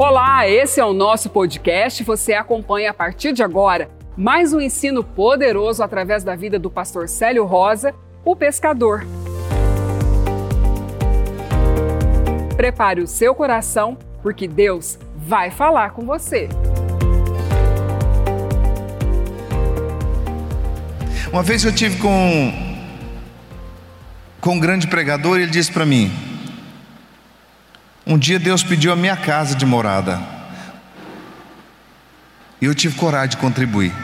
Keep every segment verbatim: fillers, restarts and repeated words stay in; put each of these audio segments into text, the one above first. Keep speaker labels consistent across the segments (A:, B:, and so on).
A: Olá, esse é o nosso podcast. Você acompanha a partir de agora mais um ensino poderoso através da vida do pastor Célio Rosa, o pescador. Prepare o seu coração, porque Deus vai falar com você.
B: Uma vez eu tive com, com um grande pregador e ele disse para mim: um dia Deus pediu a minha casa de morada e eu tive coragem de contribuir.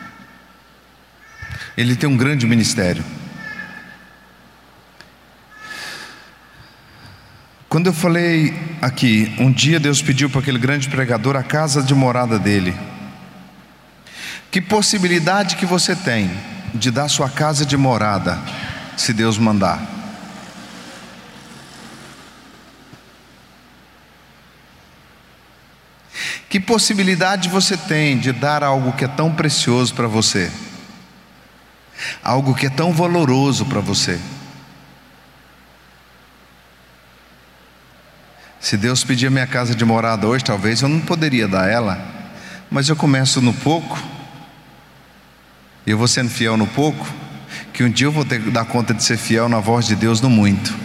B: Ele tem um grande ministério. Quando eu falei aqui, um dia Deus pediu para aquele grande pregador a casa de morada dele. Que possibilidade que você tem de dar sua casa de morada, se Deus mandar? Que possibilidade você tem de dar algo que é tão precioso para você, algo que é tão valoroso para você? Se Deus pedir a minha casa de morada hoje, talvez eu não poderia dar ela, mas eu começo no pouco, e eu vou sendo fiel no pouco, que um dia eu vou ter que dar conta de ser fiel na voz de Deus no muito.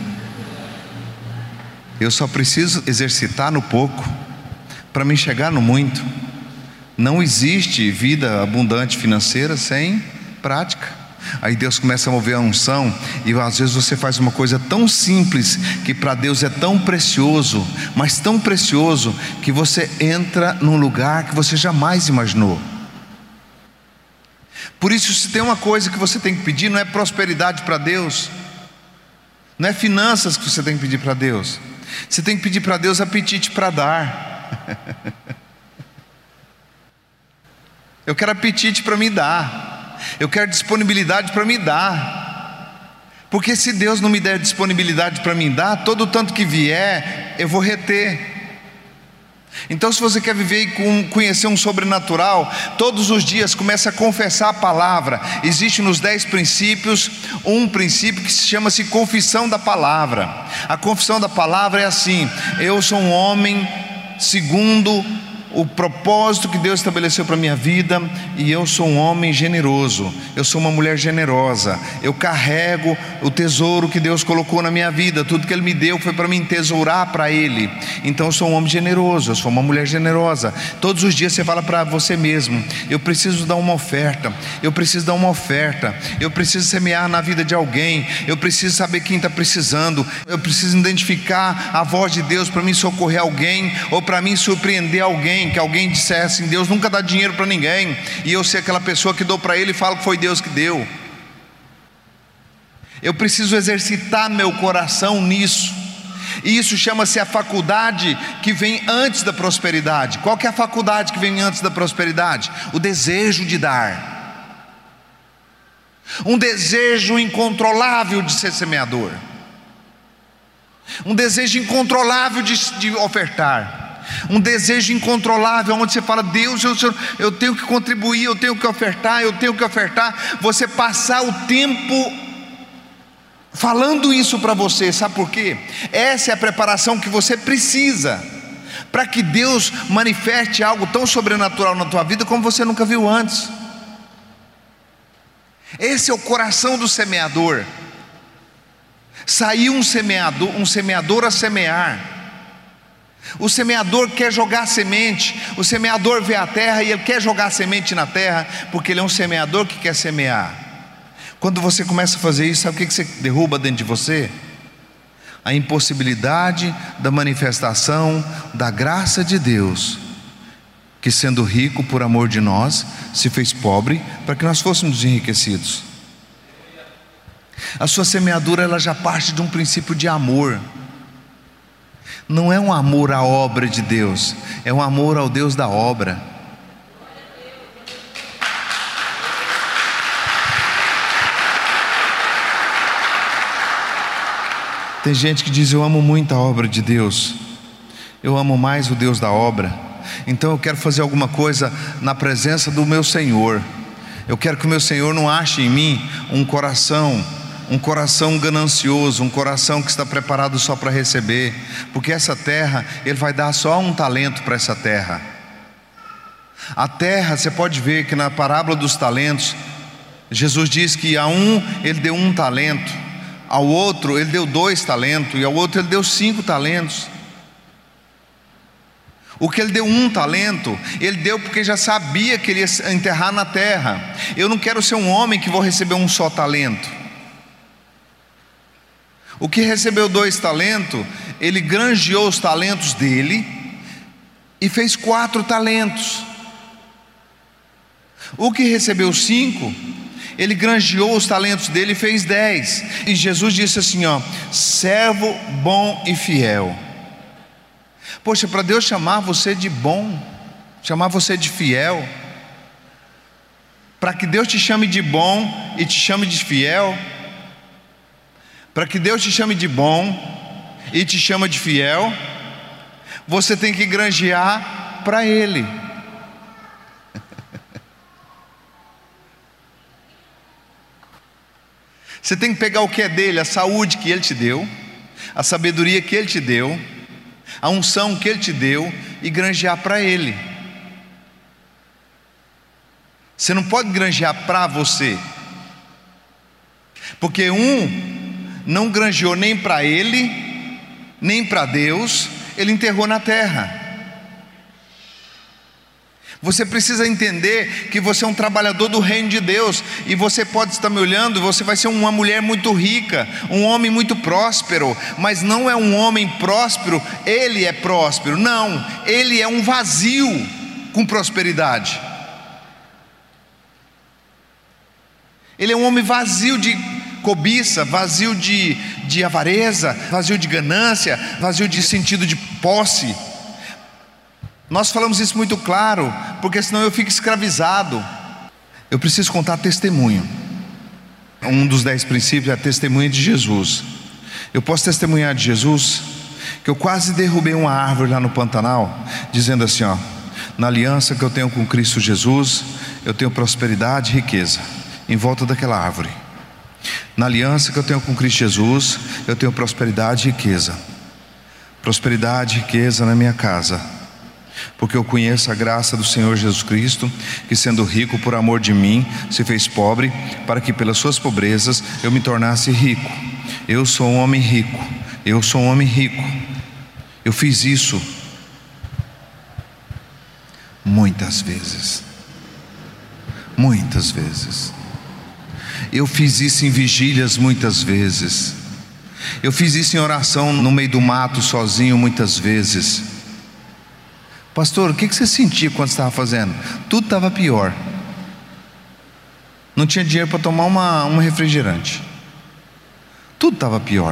B: Eu só preciso exercitar no pouco para me chegar no muito. Não existe vida abundante financeira sem prática. Aí Deus começa a mover a unção, e às vezes você faz uma coisa tão simples que para Deus é tão precioso, mas tão precioso que você entra num lugar que você jamais imaginou. Por isso, se tem uma coisa que você tem que pedir, não é prosperidade para Deus, não é finanças que você tem que pedir para Deus. Você tem que pedir para Deus apetite para dar. Eu quero apetite para me dar. Eu quero disponibilidade para me dar. Porque se Deus não me der disponibilidade para me dar, todo o tanto que vier, eu vou reter. Então, se você quer viver e conhecer um sobrenatural, todos os dias comece a confessar a palavra. Existe nos dez princípios um princípio que se chama-se confissão da palavra. A confissão da palavra é assim: eu sou um homem segundo o propósito que Deus estabeleceu para a minha vida, e eu sou um homem generoso, eu sou uma mulher generosa, eu carrego o tesouro que Deus colocou na minha vida, tudo que Ele me deu foi para me entesourar para Ele. Então eu sou um homem generoso, eu sou uma mulher generosa. Todos os dias você fala para você mesmo: eu preciso dar uma oferta, eu preciso dar uma oferta, eu preciso semear na vida de alguém, eu preciso saber quem está precisando, eu preciso identificar a voz de Deus para mim socorrer alguém, ou para mim surpreender alguém. Que alguém dissesse assim: Deus nunca dá dinheiro para ninguém, e eu ser aquela pessoa que dou para Ele e falo que foi Deus que deu. Eu preciso exercitar meu coração nisso, e isso chama-se a faculdade que vem antes da prosperidade. Qual que é a faculdade que vem antes da prosperidade? O desejo de dar, um desejo incontrolável de ser semeador, um desejo incontrolável de, de ofertar, um desejo incontrolável, onde você fala: Deus, eu, eu tenho que contribuir, eu tenho que ofertar, eu tenho que ofertar. Você passar o tempo falando isso para você, sabe por quê? Essa é a preparação que você precisa para que Deus manifeste algo tão sobrenatural na tua vida como você nunca viu antes. Esse é o coração do semeador. Saiu um semeador, um semeador a semear. O semeador quer jogar semente. O semeador vê a terra e ele quer jogar semente na terra, porque ele é um semeador que quer semear. Quando você começa a fazer isso, sabe o que você derruba dentro de você? A impossibilidade da manifestação da graça de Deus, que sendo rico por amor de nós, se fez pobre para que nós fôssemos enriquecidos. A sua semeadura, ela já parte de um princípio de amor. Não é um amor à obra de Deus, é um amor ao Deus da obra. Tem gente que diz: eu amo muito a obra de Deus, eu amo mais o Deus da obra, então eu quero fazer alguma coisa na presença do meu Senhor. Eu quero que o meu Senhor não ache em mim um coração um coração ganancioso, um coração que está preparado só para receber, porque essa terra, Ele vai dar só um talento para essa terra. A terra, você pode ver que na parábola dos talentos, Jesus diz que a um Ele deu um talento, ao outro Ele deu dois talentos, e ao outro Ele deu cinco talentos. O que Ele deu um talento, Ele deu porque já sabia que Ele ia enterrar na terra. Eu não quero ser um homem que vou receber um só talento. O que recebeu dois talentos, ele granjeou os talentos dele e fez quatro talentos. O que recebeu cinco, ele granjeou os talentos dele e fez dez. E Jesus disse assim, ó: servo bom e fiel. Poxa, para Deus chamar você de bom, chamar você de fiel, para que Deus te chame de bom e te chame de fiel, para que Deus te chame de bom e te chame de fiel, você tem que granjear para Ele. Você tem que pegar o que é dele, a saúde que Ele te deu, a sabedoria que Ele te deu, a unção que Ele te deu, e granjear para Ele. Você não pode granjear para você, porque um não granjeou nem para ele, nem para Deus, ele enterrou na terra. Você precisa entender que você é um trabalhador do reino de Deus, e você pode estar me olhando, você vai ser uma mulher muito rica, um homem muito próspero, mas não é um homem próspero, ele é próspero, não, ele é um vazio com prosperidade. Ele é um homem vazio de cobiça, vazio de, de avareza, vazio de ganância, vazio de sentido de posse. Nós falamos isso muito claro, porque senão eu fico escravizado. Eu preciso contar testemunho. Um dos dez princípios é a testemunha de Jesus. Eu posso testemunhar de Jesus que eu quase derrubei uma árvore lá no Pantanal, dizendo assim, ó: na aliança que eu tenho com Cristo Jesus, eu tenho prosperidade e riqueza em volta daquela árvore. Na aliança que eu tenho com Cristo Jesus, eu tenho prosperidade e riqueza. Prosperidade e riqueza na minha casa, porque eu conheço a graça do Senhor Jesus Cristo, que sendo rico por amor de mim, se fez pobre, para que pelas suas pobrezas eu me tornasse rico. Eu sou um homem rico, eu sou um homem rico. Eu fiz isso muitas vezes, muitas vezes. Eu fiz isso em vigílias muitas vezes. Eu fiz isso em oração no meio do mato sozinho muitas vezes. Pastor, o que você sentia quando estava fazendo? Tudo estava pior. Não tinha dinheiro para tomar uma, um refrigerante. Tudo estava pior.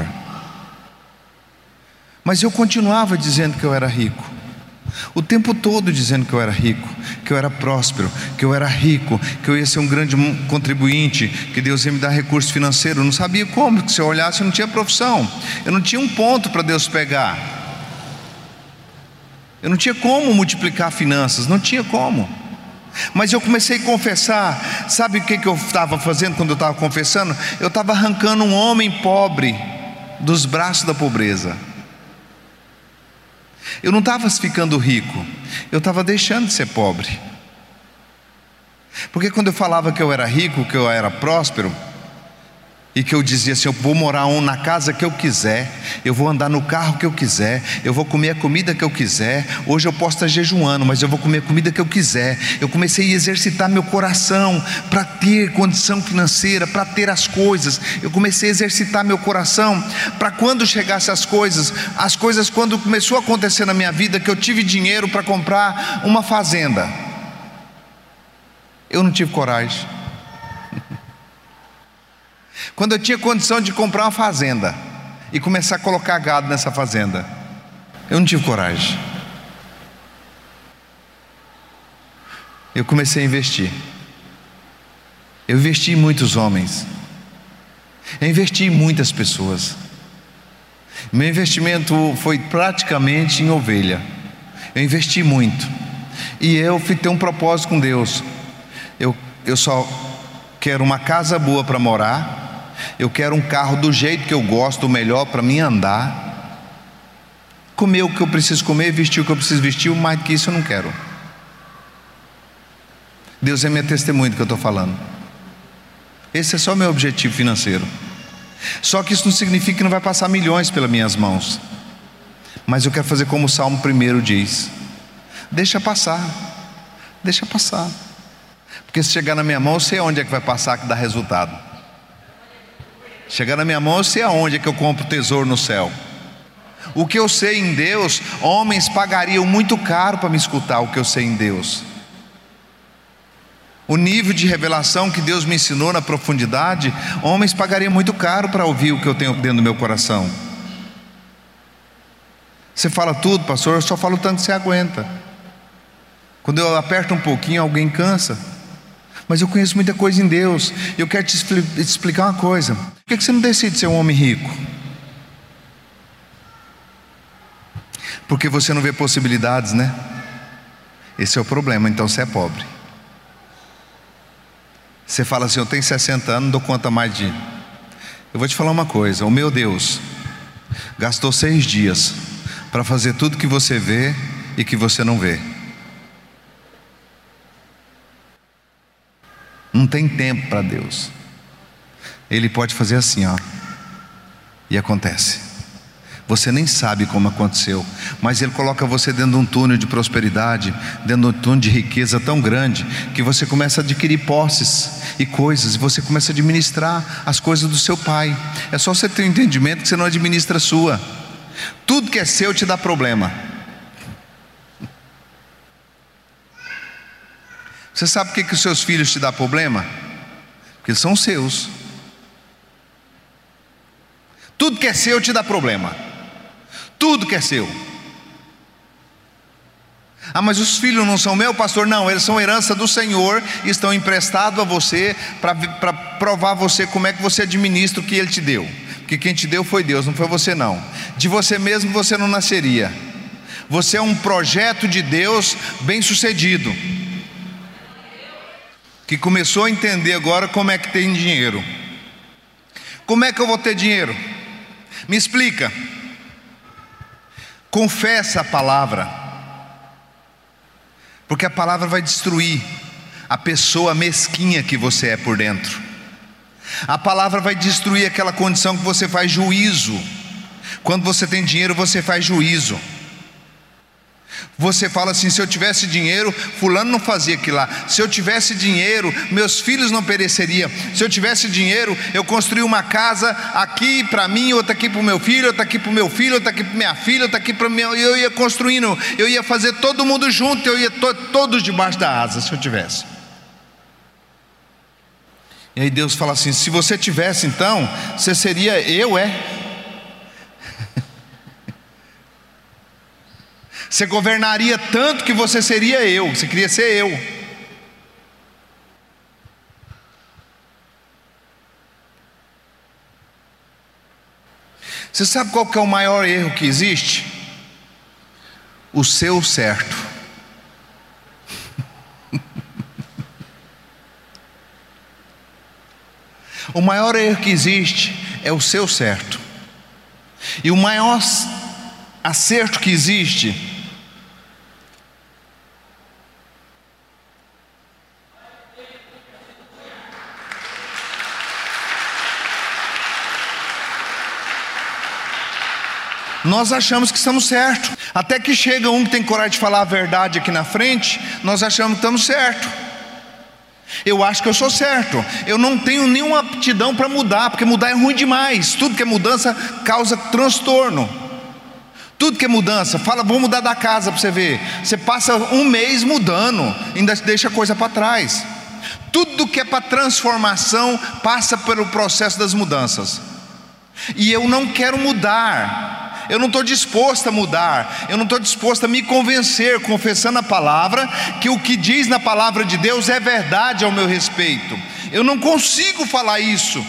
B: Mas eu continuava dizendo que eu era rico. O tempo todo dizendo que eu era rico, que eu era próspero, que eu era rico, que eu ia ser um grande contribuinte, que Deus ia me dar recurso financeiro. Eu não sabia como, porque se eu olhasse eu não tinha profissão, eu não tinha um ponto para Deus pegar, eu não tinha como multiplicar finanças, não tinha como. Mas eu comecei a confessar. Sabe o que eu estava fazendo quando eu estava confessando? Eu estava arrancando um homem pobre dos braços da pobreza. Eu não estava ficando rico, eu estava deixando de ser pobre. Porque quando eu falava que eu era rico, que eu era próspero, e que eu dizia assim: eu vou morar na casa que eu quiser, eu vou andar no carro que eu quiser, eu vou comer a comida que eu quiser. Hoje eu posso estar jejuando, mas eu vou comer a comida que eu quiser. Eu comecei a exercitar meu coração para ter condição financeira, para ter as coisas. Eu comecei a exercitar meu coração para quando chegasse as coisas, as coisas quando começou a acontecer na minha vida, que eu tive dinheiro para comprar uma fazenda, eu não tive coragem. Quando eu tinha condição de comprar uma fazenda e começar a colocar gado nessa fazenda, eu não tive coragem. Eu comecei a investir. Eu investi em muitos homens, eu investi em muitas pessoas. Meu investimento foi praticamente em ovelha. Eu investi muito. E eu fui ter um propósito com Deus. Eu, eu só quero uma casa boa para morar. Eu quero um carro do jeito que eu gosto, o melhor para mim andar, comer o que eu preciso comer, vestir o que eu preciso vestir, mais do que isso eu não quero. Deus é minha testemunha do que eu estou falando. Esse é só meu objetivo financeiro. Só que isso não significa que não vai passar milhões pelas minhas mãos. Mas eu quero fazer como o Salmo primeiro diz: deixa passar, deixa passar. Porque se chegar na minha mão, eu sei aonde é que vai passar que dá resultado. Chegar na minha mão, eu sei aonde é que eu compro tesouro no céu. O que eu sei em Deus, homens pagariam muito caro para me escutar o que eu sei em Deus. O nível de revelação que Deus me ensinou na profundidade, homens pagariam muito caro para ouvir o que eu tenho dentro do meu coração. Você fala tudo, pastor, eu só falo tanto que você aguenta. Quando eu aperto um pouquinho, alguém cansa. Mas eu conheço muita coisa em Deus. E eu quero te explicar uma coisa. Por que você não decide ser um homem rico? Porque você não vê possibilidades, né? Esse é o problema, então você é pobre. Você fala assim: eu tenho sessenta anos, não dou conta mais de... Eu vou te falar uma coisa: o meu Deus gastou seis dias para fazer tudo que você vê e que você não vê. Não tem tempo para Deus. Ele pode fazer assim, ó, e acontece. Você nem sabe como aconteceu, mas Ele coloca você dentro de um túnel de prosperidade, dentro de um túnel de riqueza tão grande, que você começa a adquirir posses e coisas, e você começa a administrar as coisas do seu pai. É só você ter um entendimento que você não administra a sua. Tudo que é seu te dá problema. Você sabe por que, que os seus filhos te dão problema? Porque eles são seus. Tudo que é seu te dá problema. Tudo que é seu. Ah, mas os filhos não são meus, pastor? Não, eles são herança do Senhor e estão emprestados a você para provar a você como é que você administra o que Ele te deu. Porque quem te deu foi Deus, não foi você não. De você mesmo você não nasceria. Você é um projeto de Deus bem sucedido, que começou a entender agora como é que tem dinheiro. Como é que eu vou ter dinheiro? Me explica. Confessa a palavra, porque a palavra vai destruir a pessoa mesquinha que você é por dentro. A palavra vai destruir aquela condição que você faz juízo. Quando você tem dinheiro, você faz juízo. Você fala assim: se eu tivesse dinheiro, fulano não fazia aquilo lá. Se eu tivesse dinheiro, meus filhos não pereceriam. Se eu tivesse dinheiro, eu construí uma casa aqui para mim, outra aqui para o meu filho, outra aqui para o meu filho, outra aqui para minha filha, outra aqui para minha... Eu ia construindo, eu ia fazer todo mundo junto, eu ia to... todos debaixo da asa, se eu tivesse. E aí Deus fala assim: se você tivesse, então, você seria eu, é? Você governaria tanto que você seria eu. Você queria ser eu. Você sabe qual que é o maior erro que existe? O seu certo. O maior erro que existe é o seu certo. E o maior acerto que existe nós achamos que estamos certos, até que chega um que tem coragem de falar a verdade aqui na frente, nós achamos que estamos certos. Eu acho que eu sou certo, eu não tenho nenhuma aptidão para mudar, porque mudar é ruim demais. Tudo que é mudança causa transtorno. Tudo que é mudança, fala, vou mudar da casa para você ver. Você passa um mês mudando, ainda deixa coisa para trás. Tudo que é para transformação passa pelo processo das mudanças. E eu não quero mudar. Eu não estou disposto a mudar. Eu não estou disposto a me convencer, confessando a palavra, que o que diz na palavra de Deus é verdade ao meu respeito. Eu não consigo falar isso.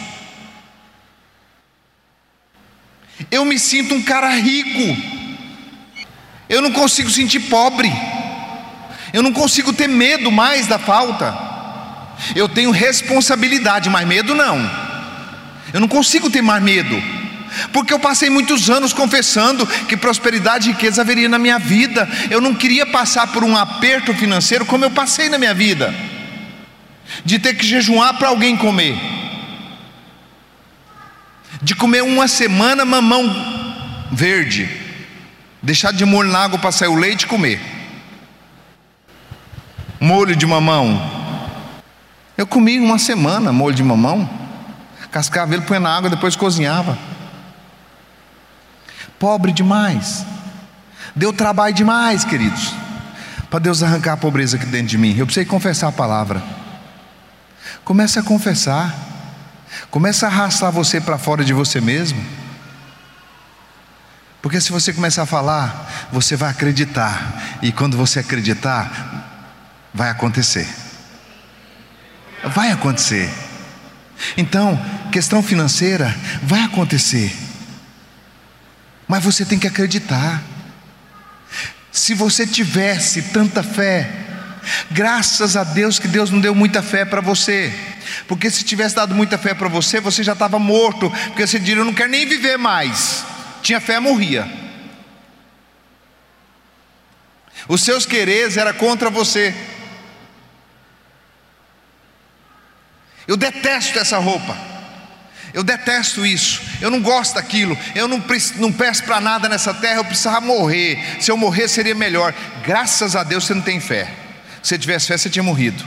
B: Eu me sinto um cara rico. Eu não consigo sentir pobre. Eu não consigo ter medo mais da falta. Eu tenho responsabilidade, mas medo não. Eu não consigo ter mais medo, porque eu passei muitos anos confessando que prosperidade e riqueza haveria na minha vida. Eu não queria passar por um aperto financeiro como eu passei na minha vida, de ter que jejuar para alguém comer, de comer uma semana mamão verde, deixar de molho na água para sair o leite e comer molho de mamão. Eu comi uma semana molho de mamão, cascava ele, punha na água, depois cozinhava. Pobre demais, deu trabalho demais, queridos, para Deus arrancar a pobreza aqui dentro de mim. Eu precisei confessar a palavra. Comece a confessar, comece a arrastar você para fora de você mesmo, porque se você começar a falar, você vai acreditar, e quando você acreditar, vai acontecer. Vai acontecer. Então, questão financeira vai acontecer, mas você tem que acreditar. Se você tivesse tanta fé, graças a Deus que Deus não deu muita fé para você, porque se tivesse dado muita fé para você, você já estava morto, porque você diria: eu não quero nem viver mais. Tinha fé, morria. Os seus quereres eram contra você. Eu detesto essa roupa, eu detesto isso, eu não gosto daquilo, eu não, não peço para nada nessa terra, eu precisava morrer. Se eu morrer seria melhor. Graças a Deus você não tem fé. Se você tivesse fé, você tinha morrido.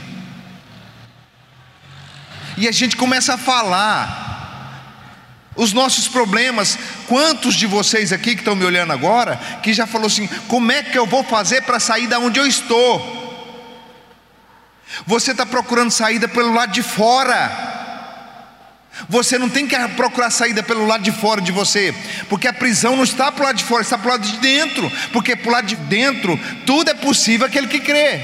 B: E a gente começa a falar os nossos problemas. Quantos de vocês aqui que estão me olhando agora, que já falou assim: como é que eu vou fazer para sair da onde eu estou? Você está procurando saída pelo lado de fora. Você não tem que procurar saída pelo lado de fora de você, porque a prisão não está para o lado de fora, está para o lado de dentro. Porque para o lado de dentro tudo é possível aquele que crê.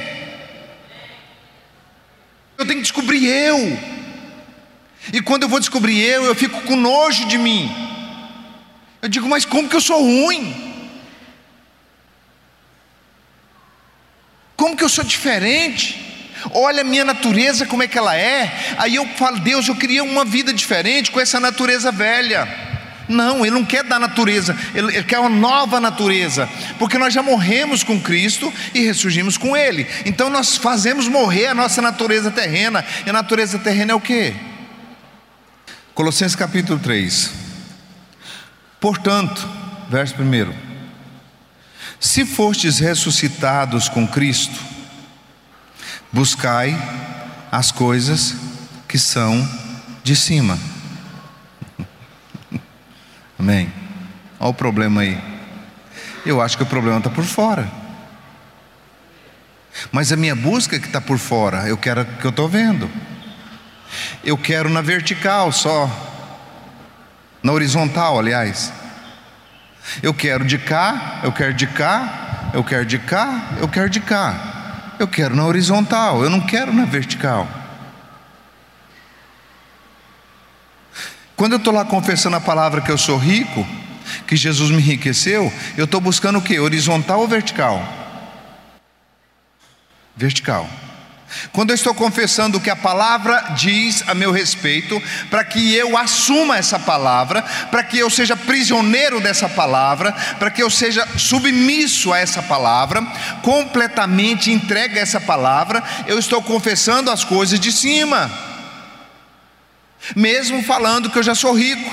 B: Eu tenho que descobrir eu. E quando eu vou descobrir eu, eu fico com nojo de mim. Eu digo: mas como que eu sou ruim? Como que eu sou diferente? Olha a minha natureza, como é que ela é. Aí eu falo: Deus, eu queria uma vida diferente com essa natureza velha. Não, Ele não quer dar natureza, Ele, Ele quer uma nova natureza, porque nós já morremos com Cristo e ressurgimos com Ele. Então nós fazemos morrer a nossa natureza terrena. E a natureza terrena é o quê? Colossenses capítulo três. Portanto, verso primeiro: se fostes ressuscitados com Cristo, buscai as coisas que são de cima. Amém. Olha o problema aí. Eu acho que o problema está por fora, mas a minha busca é que está por fora. Eu quero o que eu estou vendo. Eu quero na vertical só, na horizontal, aliás. Eu quero de cá, eu quero de cá, eu quero de cá, eu quero de cá. Eu quero na horizontal, eu não quero na vertical. Quando eu estou lá confessando a palavra que eu sou rico, que Jesus me enriqueceu, eu estou buscando o quê? Horizontal ou vertical? Vertical. Quando eu estou confessando o que a palavra diz a meu respeito, para que eu assuma essa palavra, para que eu seja prisioneiro dessa palavra, para que eu seja submisso a essa palavra, completamente entregue a essa palavra, eu estou confessando as coisas de cima, mesmo falando que eu já sou rico.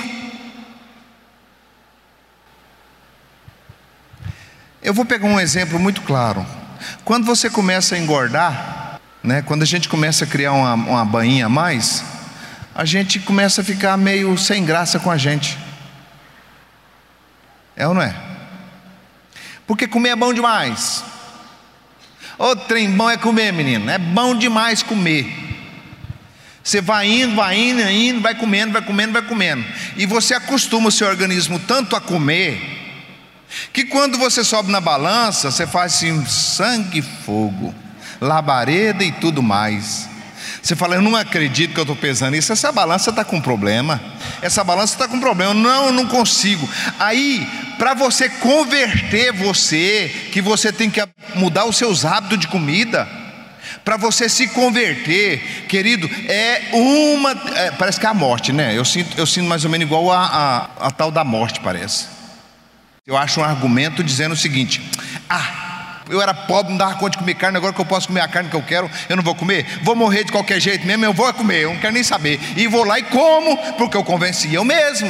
B: Eu vou pegar um exemplo muito claro. Quando você começa a engordar, né, quando a gente começa a criar uma, uma bainha a mais, a gente começa a ficar meio sem graça com a gente. É ou não é? Porque comer é bom demais. Ô trem bom é comer, menino. É bom demais comer. Você vai indo, vai indo, indo, vai comendo, vai comendo, vai comendo. E você acostuma o seu organismo tanto a comer, que quando você sobe na balança, você faz assim: sangue e fogo, labareda e tudo mais. Você fala: eu não acredito que eu estou pesando isso. Essa balança está com problema. Essa balança está com problema. Não, eu não consigo. Aí, para você converter você, que você tem que mudar os seus hábitos de comida, Para você se converter, querido, é uma, é, parece que é a morte, né? Eu sinto, eu sinto mais ou menos igual a, a, a tal da morte, parece. Eu acho um argumento dizendo o seguinte: ah, eu era pobre, não dava conta de comer carne, agora que eu posso comer a carne que eu quero, eu não vou comer? Vou morrer de qualquer jeito mesmo, eu vou comer, eu não quero nem saber. E vou lá e como, porque eu convenci eu mesmo.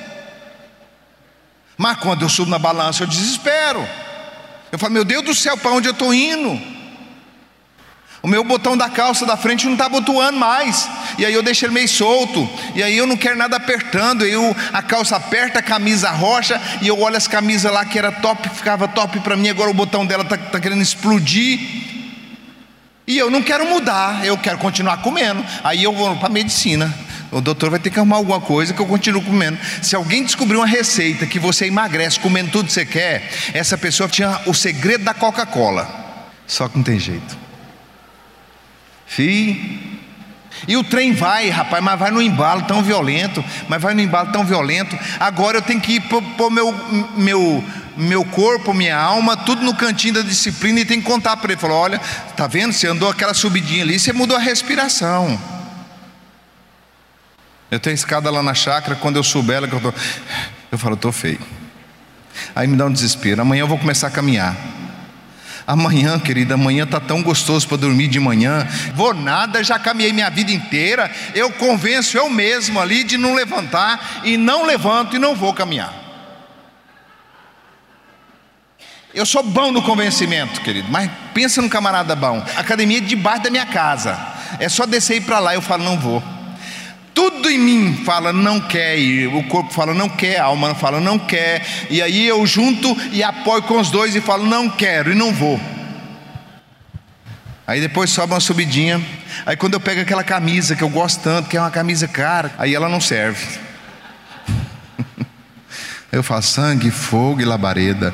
B: Mas quando eu subo na balança, eu desespero. Eu falo: meu Deus do céu, para onde eu estou indo? O meu botão da calça da frente não está abotoando mais, e aí eu deixo ele meio solto, e aí eu não quero nada apertando, e eu, a calça aperta, a camisa rocha, e eu olho as camisas lá que era top, ficava top para mim, agora o botão dela está tá querendo explodir, e eu não quero mudar, eu quero continuar comendo. Aí eu vou para a medicina, o doutor vai ter que arrumar alguma coisa que eu continuo comendo. Se alguém descobrir uma receita que você emagrece comendo tudo que você quer, essa pessoa tinha o segredo da Coca-Cola, só que não tem jeito. Fih. E o trem vai, rapaz, mas vai no embalo tão violento, mas vai no embalo tão violento. Agora eu tenho que ir pôr meu, meu, meu corpo, minha alma, tudo no cantinho da disciplina, e tem que contar para ele. Falou: olha, tá vendo? Você andou aquela subidinha ali, você mudou a respiração. Eu tenho escada lá na chácara, quando eu souber ela que eu tô, eu falo: tô feio. Aí me dá um desespero. Amanhã eu vou começar a caminhar. Amanhã, querida, amanhã está tão gostoso para dormir de manhã. Vou nada, já caminhei minha vida inteira. Eu convenço eu mesmo ali de não levantar, e não levanto e não vou caminhar. Eu sou bom no convencimento, querido, mas pensa num camarada bom. A academia é debaixo da minha casa, é só descer e ir para lá. Eu falo: não vou. Tudo em mim fala: não quer ir. O corpo fala: não quer. A alma fala: não quer. E aí eu junto e apoio com os dois e falo: não quero, e não vou. Aí depois sobe uma subidinha. Aí quando eu pego aquela camisa que eu gosto tanto, que é uma camisa cara, aí ela não serve. Eu faço: sangue, fogo e labareda.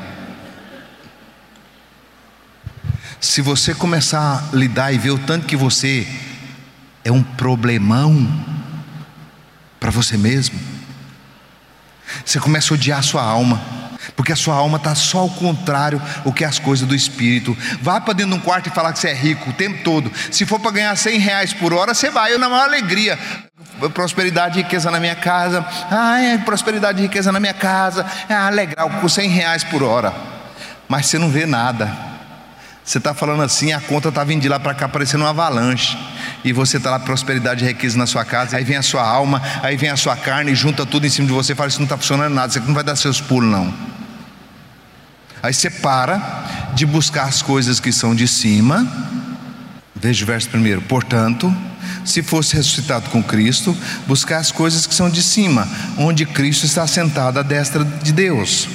B: Se você começar a lidar e ver o tanto que você é um problemão para você mesmo, você começa a odiar a sua alma, porque a sua alma está só ao contrário o que é as coisas do Espírito. Vá para dentro de um quarto e falar que você é rico o tempo todo. Se for para ganhar cem reais por hora, você vai, eu na maior alegria: prosperidade e riqueza na minha casa. Ah, é prosperidade e riqueza na minha casa. Ah, legal, com cem reais por hora. Mas você não vê nada. Você está falando assim, a conta está vindo de lá para cá parecendo uma avalanche, e você está lá, prosperidade e riqueza na sua casa. Aí vem a sua alma, aí vem a sua carne, junta tudo em cima de você e fala: isso não está funcionando nada, isso aqui não vai dar seus pulos não. Aí você para de buscar as coisas que são de cima. Veja o verso primeiro: portanto, se fosse ressuscitado com Cristo, buscar as coisas que são de cima, onde Cristo está sentado à destra de Deus.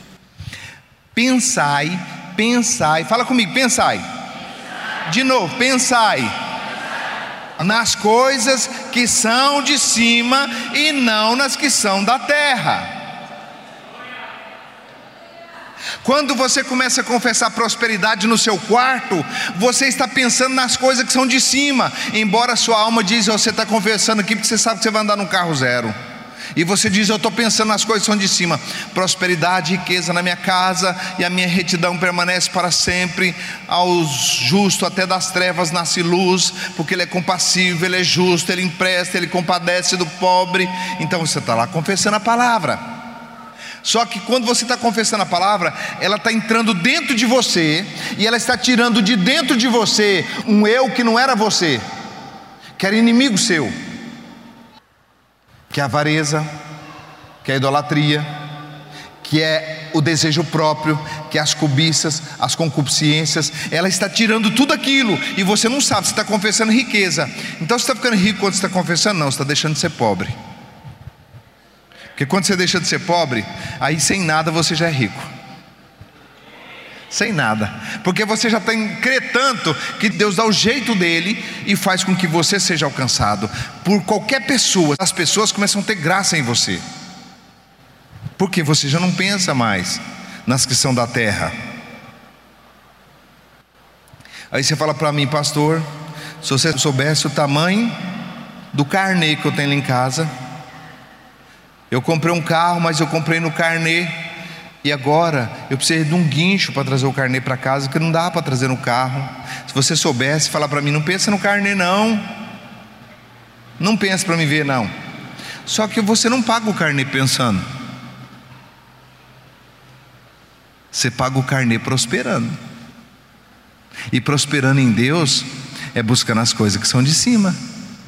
B: Pensai, pensai, fala comigo: pensai. De novo: pensai nas coisas que são de cima e não nas que são da terra. Quando você começa a confessar prosperidade no seu quarto, você está pensando nas coisas que são de cima, embora a sua alma diz: você está confessando aqui porque você sabe que você vai andar num carro zero. E você diz: eu estou pensando nas coisas que são de cima. Prosperidade e riqueza na minha casa, e a minha retidão permanece para sempre. Aos justos até das trevas nasce luz, porque Ele é compassivo, Ele é justo, Ele empresta, Ele compadece do pobre. Então você está lá confessando a palavra. Só que quando você está confessando a palavra, ela está entrando dentro de você, e ela está tirando de dentro de você um eu que não era você, que era inimigo seu, que é a avareza, que é a idolatria, que é o desejo próprio, que é as cobiças, as concupiscências. Ela está tirando tudo aquilo, e você não sabe. Você está confessando riqueza. Então você está ficando rico quando você está confessando? Não, você está deixando de ser pobre. Porque quando você deixa de ser pobre, aí sem nada você já é rico. Sem nada, porque você já tem crê tanto que Deus dá o jeito dele e faz com que você seja alcançado por qualquer pessoa. As pessoas começam a ter graça em você, porque você já não pensa mais nas que são da terra. Aí você fala para mim: pastor, se você soubesse o tamanho do carnê que eu tenho lá em casa. Eu comprei um carro, mas eu comprei no carnê E agora eu preciso de um guincho para trazer o carnê para casa, que não dá para trazer no carro. Se você soubesse, falar para mim, não pensa no carnê não. Não pensa para me ver não. Só que você não paga o carnê pensando. Você paga o carnê prosperando. E prosperando em Deus é buscando as coisas que são de cima.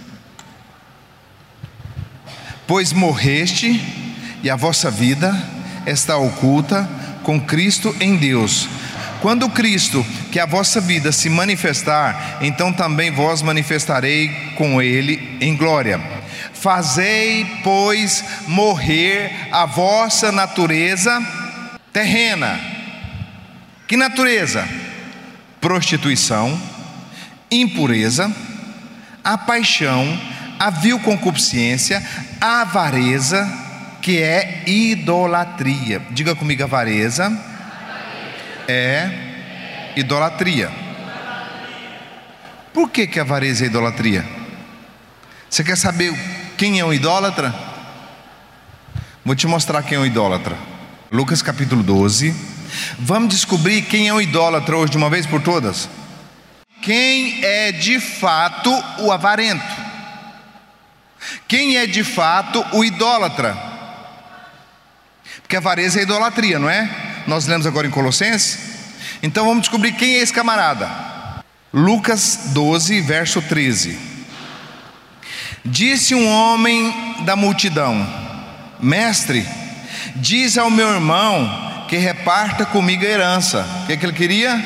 B: Pois morreste e a vossa vida está oculta com Cristo em Deus. Quando Cristo, que é a vossa vida, se manifestar, então também vós manifestarei com Ele em glória. Fazei, pois, morrer a vossa natureza terrena. Que natureza? Prostituição, impureza, a paixão, a vil concupiscência, a avareza, que é idolatria. Diga comigo, avareza é idolatria. Por que que avareza é idolatria? Você quer saber quem é um idólatra? Vou te mostrar quem é um idólatra. Lucas capítulo doze. Vamos descobrir quem é um idólatra hoje de uma vez por todas. Quem é de fato o avarento? Quem é de fato o idólatra? Porque avareza é idolatria, não é? Nós lemos agora em Colossenses. Então vamos descobrir quem é esse camarada. Lucas doze, verso treze. Disse um homem da multidão: Mestre, diz ao meu irmão que reparta comigo a herança. O que, que ele queria?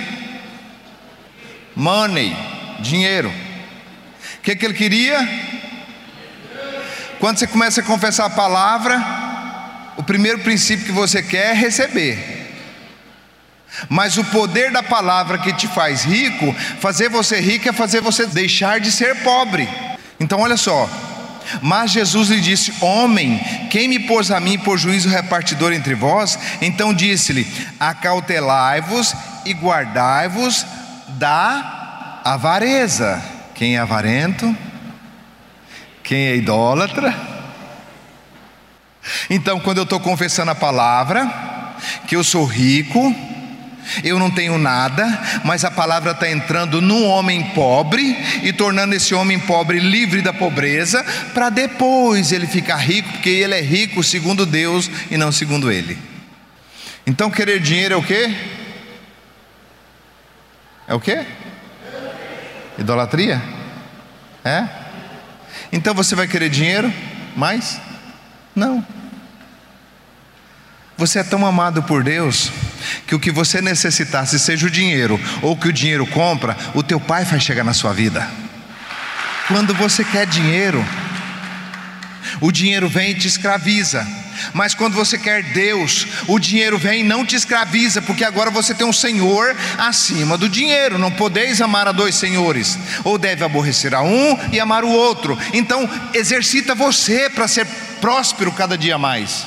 B: Money, dinheiro. O que, que ele queria? Quando você começa a confessar a palavra, o primeiro princípio que você quer é receber. Mas o poder da palavra que te faz rico, fazer você rico é fazer você deixar de ser pobre. Então olha só. Mas Jesus lhe disse: Homem, quem me pôs a mim por juízo repartidor entre vós? Então disse-lhe: Acautelai-vos e guardai-vos da avareza. Quem é avarento? Quem é idólatra? Então, quando eu estou confessando a palavra, que eu sou rico, eu não tenho nada, mas a palavra está entrando num homem pobre e tornando esse homem pobre livre da pobreza, para depois ele ficar rico, porque ele é rico segundo Deus e não segundo ele. Então querer dinheiro é o quê? É o quê? Idolatria? É? Então você vai querer dinheiro mais? Não. Você é tão amado por Deus que o que você necessitar, se seja o dinheiro ou que o dinheiro compra, o teu pai faz chegar na sua vida. Quando você quer dinheiro, o dinheiro vem e te escraviza. Mas quando você quer Deus, o dinheiro vem e não te escraviza, porque agora você tem um Senhor acima do dinheiro. Não podeis amar a dois senhores, ou deve aborrecer a um e amar o outro. Então exercita você para ser próspero cada dia mais.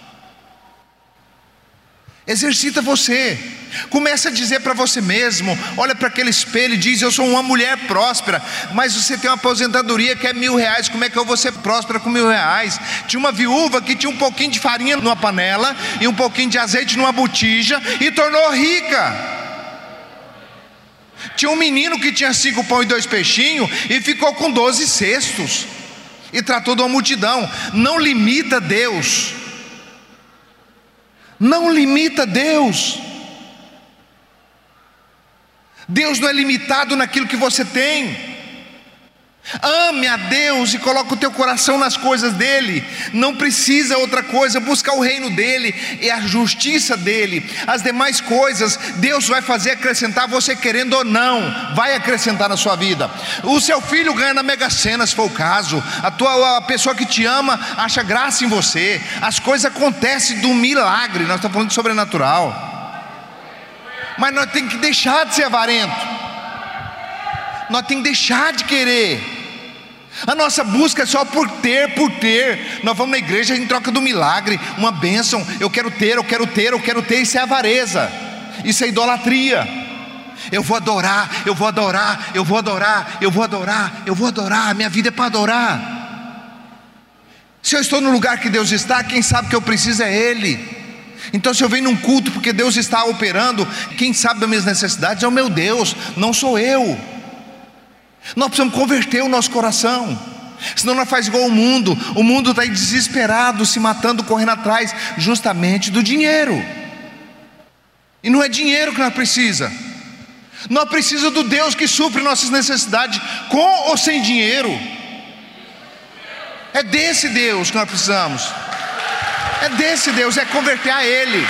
B: Exercita você. Começa a dizer para você mesmo, olha para aquele espelho e diz: eu sou uma mulher próspera. Mas você tem uma aposentadoria que é mil reais. Como é que eu vou ser próspera com mil reais? Tinha uma viúva que tinha um pouquinho de farinha numa panela e um pouquinho de azeite numa botija e tornou rica. Tinha um menino que tinha cinco pão e dois peixinhos e ficou com doze cestos e tratou de uma multidão. Não limita Deus. Não limita Deus. Deus não é limitado naquilo que você tem. Ame a Deus e coloque o teu coração nas coisas dele. Não precisa outra coisa. Busca o reino dele e a justiça dele. As demais coisas Deus vai fazer acrescentar, você querendo ou não, vai acrescentar na sua vida. O seu filho ganha na Mega Sena, se for o caso. A, tua, a pessoa que te ama acha graça em você. As coisas acontecem do milagre. Nós estamos falando de sobrenatural. Mas nós temos que deixar de ser avarento. Nós temos que deixar de querer. A nossa busca é só por ter, por ter. Nós vamos na igreja em troca do milagre, uma bênção. Eu quero ter, eu quero ter, eu quero ter. Isso é avareza. Isso é idolatria. Eu vou adorar, eu vou adorar, eu vou adorar, eu vou adorar, eu vou adorar. Minha vida é para adorar. Se eu estou no lugar que Deus está, quem sabe que eu preciso é Ele. Então, se eu venho num culto porque Deus está operando, quem sabe das minhas necessidades é o meu Deus, não sou eu. Nós precisamos converter o nosso coração, senão nós faz igual o mundo. O mundo está aí desesperado, se matando, correndo atrás justamente do dinheiro. E não é dinheiro que nós precisamos. Nós precisamos do Deus que supre nossas necessidades, com ou sem dinheiro. É desse Deus que nós precisamos. É desse Deus, é converter a Ele.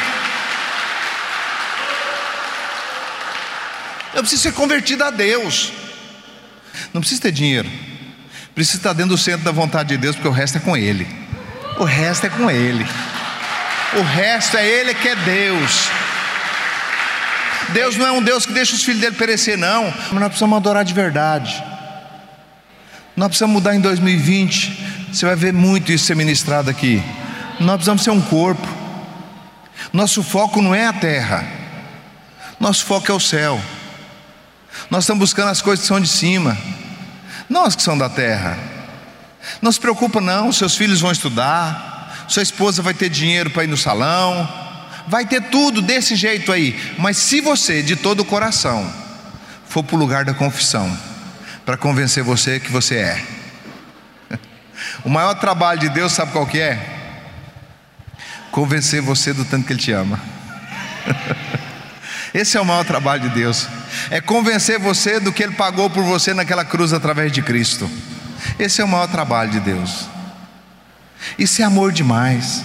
B: Eu preciso ser convertido a Deus. Não precisa ter dinheiro, precisa estar dentro do centro da vontade de Deus, porque o resto é com Ele. O resto é com Ele. O resto é Ele que é Deus. Deus não é um Deus que deixa os filhos dele perecer, não. Mas nós precisamos adorar de verdade. Nós precisamos mudar em dois mil e vinte. Você vai ver muito isso ser ministrado aqui. Nós precisamos ser um corpo. Nosso foco não é a terra, nosso foco é o céu. Nós estamos buscando as coisas que são de cima, não as que são da terra. Não se preocupa não, seus filhos vão estudar, sua esposa vai ter dinheiro para ir no salão, vai ter tudo desse jeito aí. Mas se você de todo o coração for para o lugar da confissão, para convencer você que você é, o maior trabalho de Deus, sabe qual que é? Convencer você do tanto que Ele te ama. Esse é o maior trabalho de Deus. É convencer você do que Ele pagou por você naquela cruz através de Cristo. Esse é o maior trabalho de Deus. Isso é amor demais.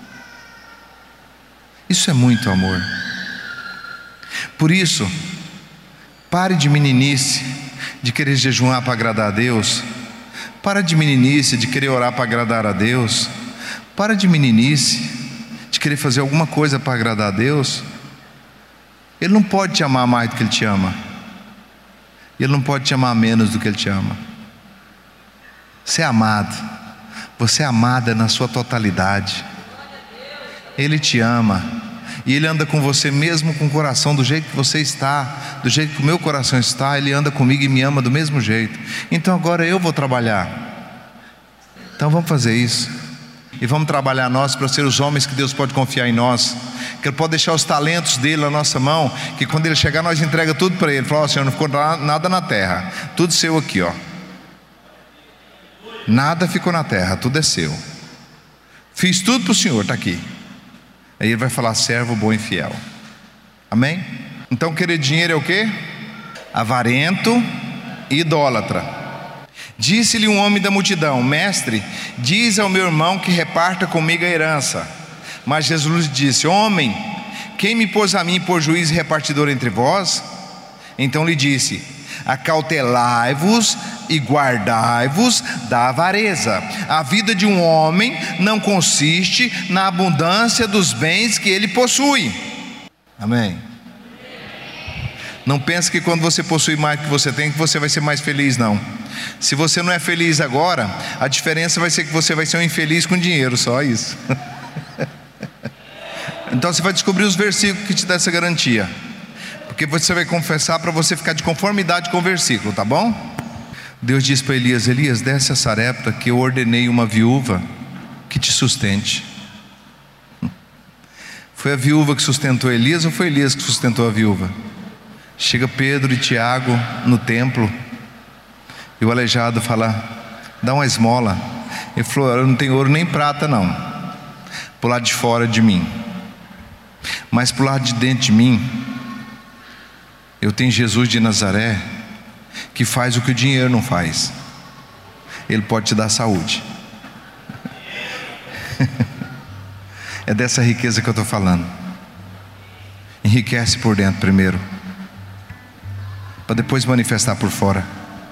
B: Isso é muito amor. Por isso, pare de meninice, de querer jejuar para agradar a Deus. Para de meninice, de querer orar para agradar a Deus. Para de meninice, de querer fazer alguma coisa para agradar a Deus. Ele não pode te amar mais do que Ele te ama. Ele não pode te amar menos do que Ele te ama. Você é amado. Você é amada na sua totalidade. Ele te ama. E Ele anda com você mesmo com o coração do jeito que você está, do jeito que o meu coração está. Ele anda comigo e me ama do mesmo jeito. Então agora eu vou trabalhar. Então vamos fazer isso. E vamos trabalhar nós para ser os homens que Deus pode confiar em nós, que Ele pode deixar os talentos dele na nossa mão, que quando Ele chegar nós entrega tudo para Ele. Fala: ó, Senhor, não ficou nada na terra, tudo seu aqui, ó. Nada ficou na terra, tudo é seu. Fiz tudo para o Senhor, está aqui. Aí Ele vai falar: servo bom e fiel. Amém? Então querer dinheiro é o quê? Avarento e idólatra. Disse-lhe um homem da multidão: mestre, diz ao meu irmão que reparta comigo a herança. Mas Jesus lhe disse: homem, quem me pôs a mim por juiz e repartidor entre vós? Então lhe disse: acautelai-vos e guardai-vos da avareza. A vida de um homem não consiste na abundância dos bens que ele possui. Amém? Não pense que quando você possui mais do que você tem, que você vai ser mais feliz, não. Se você não é feliz agora, a diferença vai ser que você vai ser um infeliz com dinheiro, só isso. Então você vai descobrir os versículos que te dão essa garantia, porque você vai confessar para você ficar de conformidade com o versículo, tá bom? Deus disse para Elias: Elias, desce a Sarepta, que eu ordenei uma viúva que te sustente. Foi a viúva que sustentou Elias ou foi Elias que sustentou a viúva? Chega Pedro e Tiago no templo, e o aleijado fala: dá uma esmola. Ele falou: eu não tenho ouro nem prata não, para o lado de fora de mim, mas para o lado de dentro de mim eu tenho Jesus de Nazaré, que faz o que o dinheiro não faz. Ele pode te dar saúde. É dessa riqueza que eu estou falando. Enriquece por dentro primeiro, para depois manifestar por fora.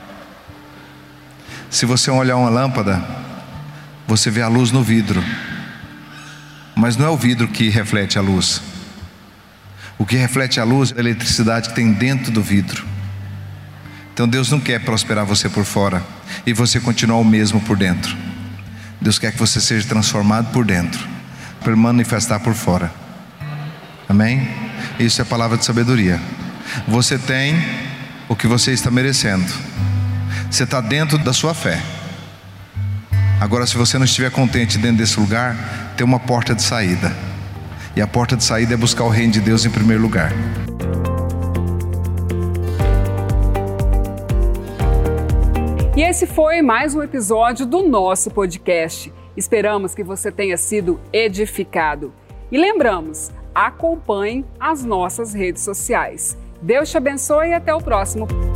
B: Se você olhar uma lâmpada, você vê a luz no vidro, mas não é o vidro que reflete a luz. O que reflete a luz é a eletricidade que tem dentro do vidro. Então Deus não quer prosperar você por fora e você continuar o mesmo por dentro. Deus quer que você seja transformado por dentro, para manifestar por fora. Amém? Isso é palavra de sabedoria. Você tem o que você está merecendo. Você está dentro da sua fé. Agora, se você não estiver contente dentro desse lugar, tem uma porta de saída. E a porta de saída é buscar o reino de Deus em primeiro lugar.
A: E esse foi mais um episódio do nosso podcast. Esperamos que você tenha sido edificado. E lembramos, acompanhe as nossas redes sociais. Deus te abençoe e até o próximo.